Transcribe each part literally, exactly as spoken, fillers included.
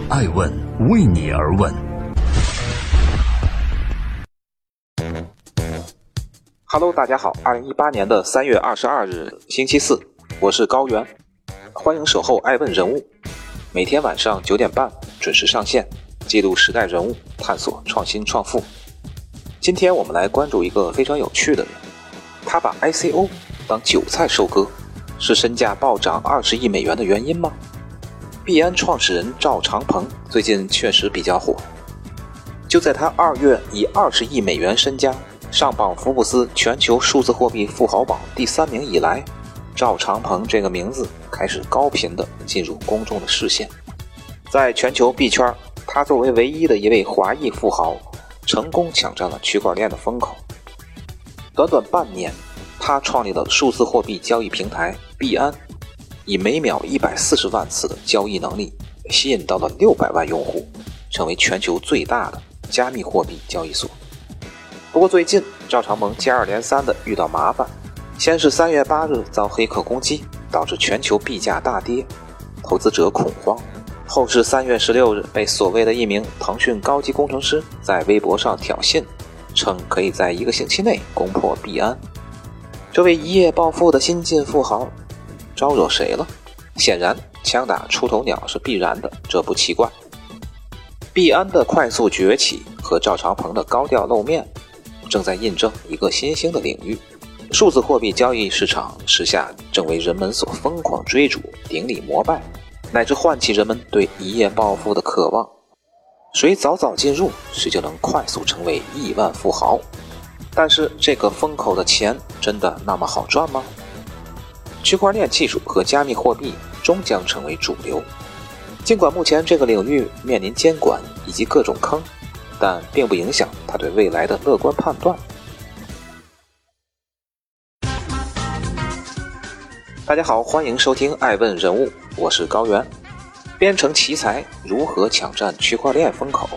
爱问为你而问。 Hello， 大家好，二零一八年的三月二十二日，星期四，我是高原，欢迎守候爱问人物，每天晚上九点半准时上线，记录时代人物，探索创新创富。今天我们来关注一个非常有趣的人，他把 I C O 当韭菜收割，是身价暴涨二十亿美元的原因吗？币安创始人赵长鹏最近确实比较火，就在他二月以二十亿美元身家上榜福布斯全球数字货币富豪榜第三名以来，赵长鹏这个名字开始高频地进入公众的视线。在全球币圈，他作为唯一的一位华裔富豪，成功抢占了区块链的风口。短短半年，他创立了数字货币交易平台币安，以每秒一百四十万次的交易能力，吸引到了六百万用户，成为全球最大的加密货币交易所。不过最近赵长鹏接二连三的遇到麻烦，先是三月八日遭黑客攻击，导致全球币价大跌，投资者恐慌。后是三月十六日被所谓的一名腾讯高级工程师在微博上挑衅，称可以在一个星期内攻破币安。这位一夜暴富的新晋富豪招惹谁了？显然枪打出头鸟是必然的，这不奇怪。币安的快速崛起和赵长鹏的高调露面，正在印证一个新兴的领域，数字货币交易市场时下正为人们所疯狂追逐，顶礼膜拜，乃至唤起人们对一夜暴富的渴望。谁早早进入，谁就能快速成为亿万富豪。但是这个风口的钱真的那么好赚吗？区块链技术和加密货币终将成为主流，尽管目前这个领域面临监管以及各种坑，但并不影响他对未来的乐观判断。大家好，欢迎收听爱问人物，我是高原。编程奇才如何抢占区块链风口？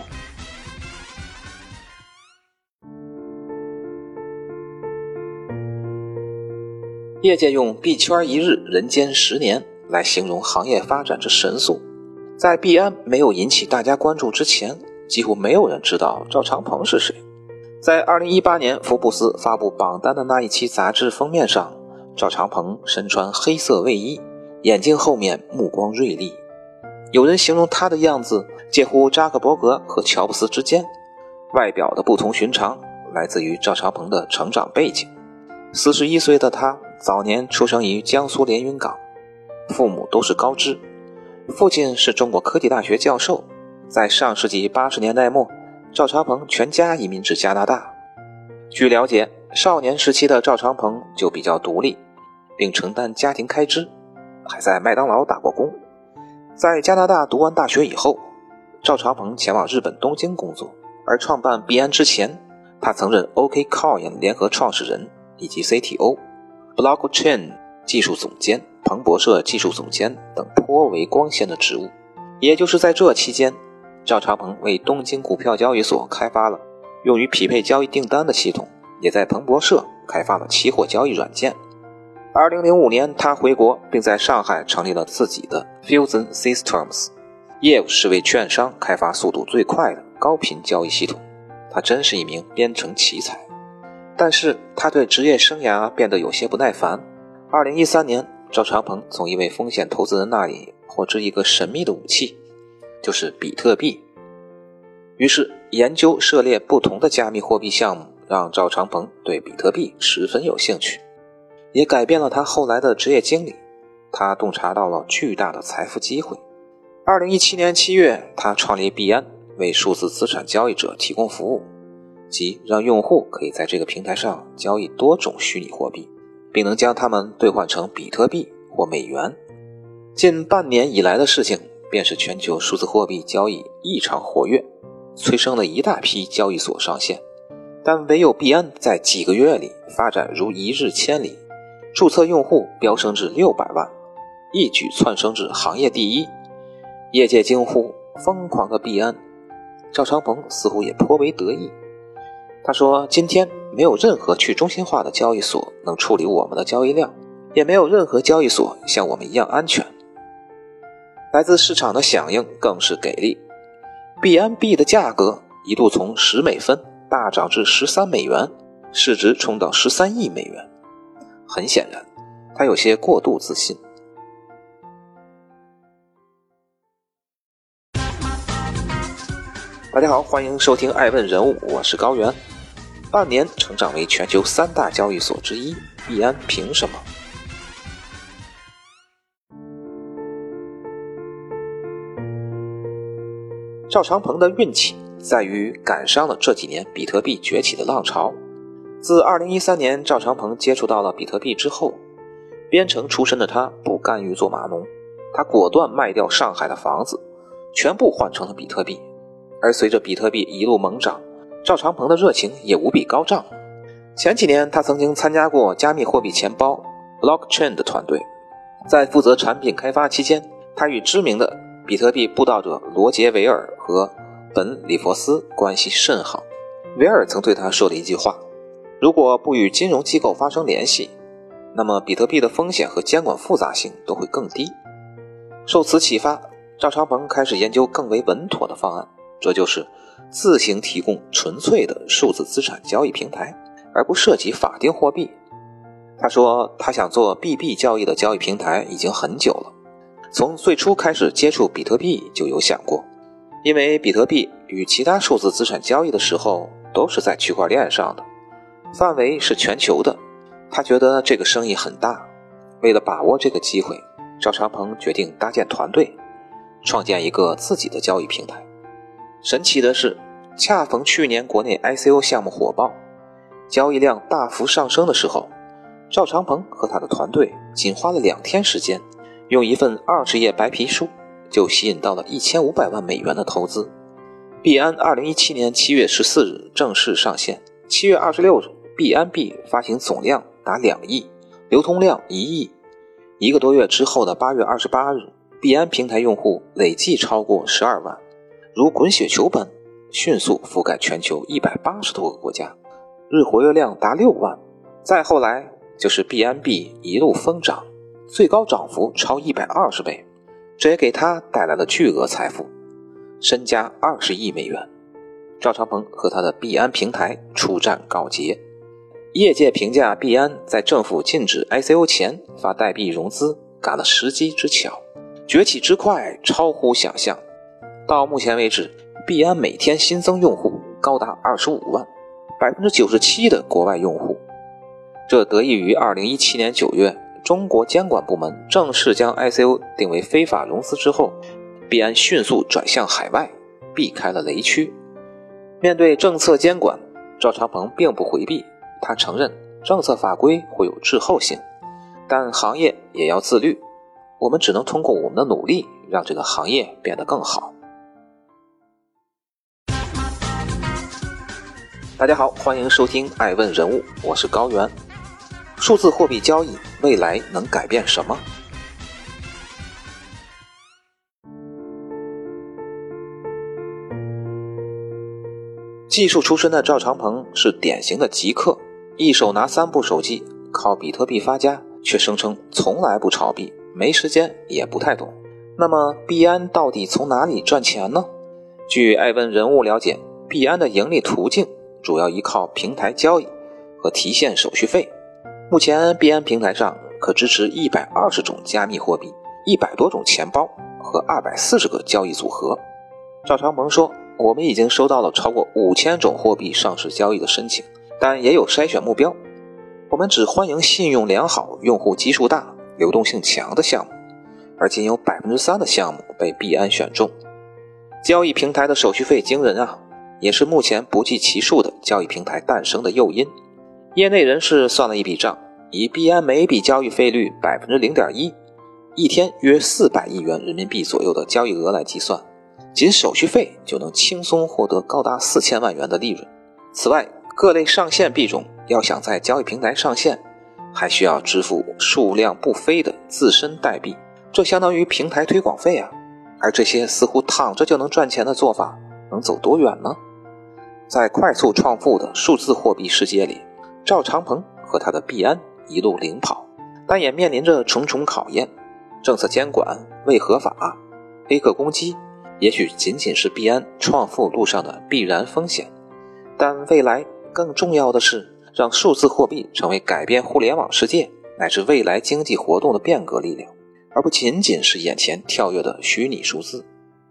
业界用币圈一日，人间十年来形容行业发展之神速。在币安没有引起大家关注之前，几乎没有人知道赵长鹏是谁。在二零一八年福布斯发布榜单的那一期杂志封面上，赵长鹏身穿黑色卫衣，眼睛后面目光锐利。有人形容他的样子介乎扎克伯格和乔布斯之间。外表的不同寻常来自于赵长鹏的成长背景。四十一岁的他早年出生于江苏连云港，父母都是高知。父亲是中国科技大学教授，在上世纪八十年代末，赵长鹏全家移民至加拿大。据了解，少年时期的赵长鹏就比较独立，并承担家庭开支，还在麦当劳打过工。在加拿大读完大学以后，赵长鹏前往日本东京工作，而创办币安之前，他曾任 OKCoin 联合创始人以及 C T O、Blockchain 技术总监、彭博社技术总监等颇为光鲜的职务。也就是在这期间，赵长鹏为东京股票交易所开发了用于匹配交易订单的系统，也在彭博社开发了期货交易软件。二零零五年他回国，并在上海成立了自己的 Fusion Systems， 业务是为券商开发速度最快的高频交易系统。他真是一名编程奇才。但是他对职业生涯变得有些不耐烦。二零一三年，赵长鹏从一位风险投资人那里获知一个神秘的武器，就是比特币。于是研究涉猎不同的加密货币项目，让赵长鹏对比特币十分有兴趣，也改变了他后来的职业经历。他洞察到了巨大的财富机会。二零一七年七月，他创立币安，为数字资产交易者提供服务，即让用户可以在这个平台上交易多种虚拟货币，并能将它们兑换成比特币或美元。近半年以来的事情，便是全球数字货币交易异常活跃，催生了一大批交易所上线。但唯有币安在几个月里发展如一日千里，注册用户飙升至六百万，一举窜升至行业第一。业界惊呼疯狂的币安，赵长鹏似乎也颇为得意。他说，今天没有任何去中心化的交易所能处理我们的交易量，也没有任何交易所像我们一样安全。 来自市场的响应更是给力，币安币的价格一度从十美分大涨至十三美元，市值冲到十三亿美元。很显然，他有些过度自信。大家好，欢迎收听爱问人物，我是高原。半年成长为全球三大交易所之一，币安凭什么？赵长鹏的运气在于赶上了这几年比特币崛起的浪潮。自二零一三年赵长鹏接触到了比特币之后，编程出身的他不甘于做码农，他果断卖掉上海的房子，全部换成了比特币。而随着比特币一路猛涨，赵长鹏的热情也无比高涨。前几年他曾经参加过加密货币钱包 Blockchain 的团队，在负责产品开发期间，他与知名的比特币布道者罗杰维尔和本里佛斯关系甚好。维尔曾对他说了一句话：如果不与金融机构发生联系，那么比特币的风险和监管复杂性都会更低。受此启发，赵长鹏开始研究更为稳妥的方案，这就是自行提供纯粹的数字资产交易平台，而不涉及法定货币。他说他想做币币交易的交易平台已经很久了，从最初开始接触比特币就有想过，因为比特币与其他数字资产交易的时候都是在区块链上的，范围是全球的，他觉得这个生意很大。为了把握这个机会，赵长鹏决定搭建团队，创建一个自己的交易平台。神奇的是，恰逢去年国内 I C O 项目火爆，交易量大幅上升的时候，赵长鹏和他的团队仅花了两天时间，用一份二十页白皮书就吸引到了一千五百万美元的投资。币安二零一七年七月十四日正式上线，七月二十六日币安币发行总量达两亿，流通量一亿。一个多月之后的八月二十八日，币安平台用户累计超过十二万，如滚雪球般迅速覆盖全球一百八十多个国家，日活跃量达六万。再后来就是币安币一路疯涨，最高涨幅超一百二十倍，这也给他带来了巨额财富，身家二十亿美元。赵长鹏和他的币安平台出战告捷。业界评价币安在政府禁止 I C O 前发代币融资赶了时机之巧，崛起之快超乎想象。到目前为止，币安每天新增用户高达二十五万， 百分之九十七 的国外用户。这得益于二零一七年九月中国监管部门正式将 I C O 定为非法融资之后，币安迅速转向海外，避开了雷区。面对政策监管，赵长鹏并不回避，他承认政策法规会有滞后性，但行业也要自律，我们只能通过我们的努力让这个行业变得更好。大家好，欢迎收听爱问人物，我是高原。数字货币交易未来能改变什么？技术出身的赵长鹏是典型的极客，一手拿三部手机，靠比特币发家，却声称从来不炒币，没时间也不太懂。那么币安到底从哪里赚钱呢？据爱问人物了解，币安的盈利途径主要依靠平台交易和提现手续费。目前币安平台上可支持一百二十种加密货币，一百多种钱包和二百四十个交易组合。赵长鹏说，我们已经收到了超过五千种货币上市交易的申请，但也有筛选目标。我们只欢迎信用良好、用户基数大、流动性强的项目，而仅有 百分之三 的项目被币安选中。交易平台的手续费惊人啊，也是目前不计其数的交易平台诞生的诱因。业内人士算了一笔账，以币安每笔交易费率 百分之零点一， 一天约四百亿元人民币左右的交易额来计算，仅手续费就能轻松获得高达四千万元的利润。此外，各类上线币种要想在交易平台上线，还需要支付数量不菲的自身代币，这相当于平台推广费啊。而这些似乎躺着就能赚钱的做法，能走多远呢？在快速创富的数字货币世界里，赵长鹏和他的币安一路领跑，但也面临着重重考验：政策监管、未合法、 黑客攻击，也许仅仅是币安创富路上的必然风险，但未来更重要的是让数字货币成为改变互联网世界乃至未来经济活动的变革力量，而不仅仅是眼前跳跃的虚拟数字。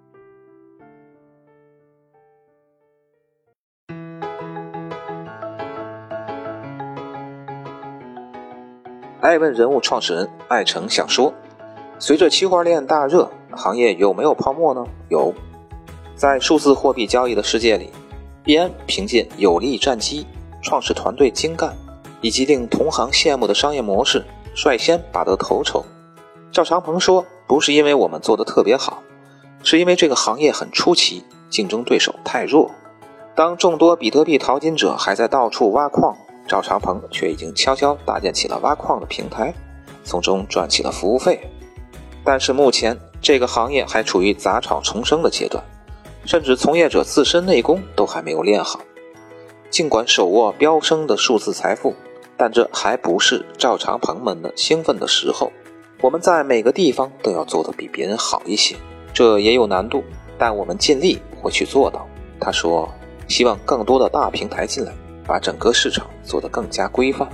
爱问人物创始人艾诚想说，随着区块链大热，行业有没有泡沫呢？有。在数字货币交易的世界里，币安凭借有力战机、创始团队精干以及令同行羡慕的商业模式，率先拔得头筹。赵长鹏说，不是因为我们做得特别好，是因为这个行业很出奇，竞争对手太弱。当众多比特币淘金者还在到处挖矿，赵长鹏却已经悄悄搭建起了挖矿的平台，从中赚起了服务费。但是目前这个行业还处于杂草丛生的阶段，甚至从业者自身内功都还没有练好。尽管手握飙升的数字财富，但这还不是赵长鹏们的兴奋的时候。我们在每个地方都要做得比别人好一些，这也有难度，但我们尽力会去做到。他说，希望更多的大平台进来，把整个市场做得更加规范。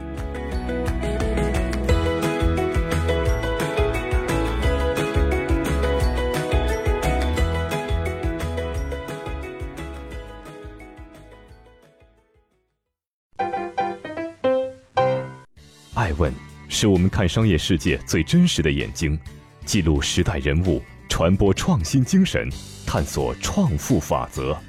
爱问是我们看商业世界最真实的眼睛，记录时代人物，传播创新精神，探索创富法则。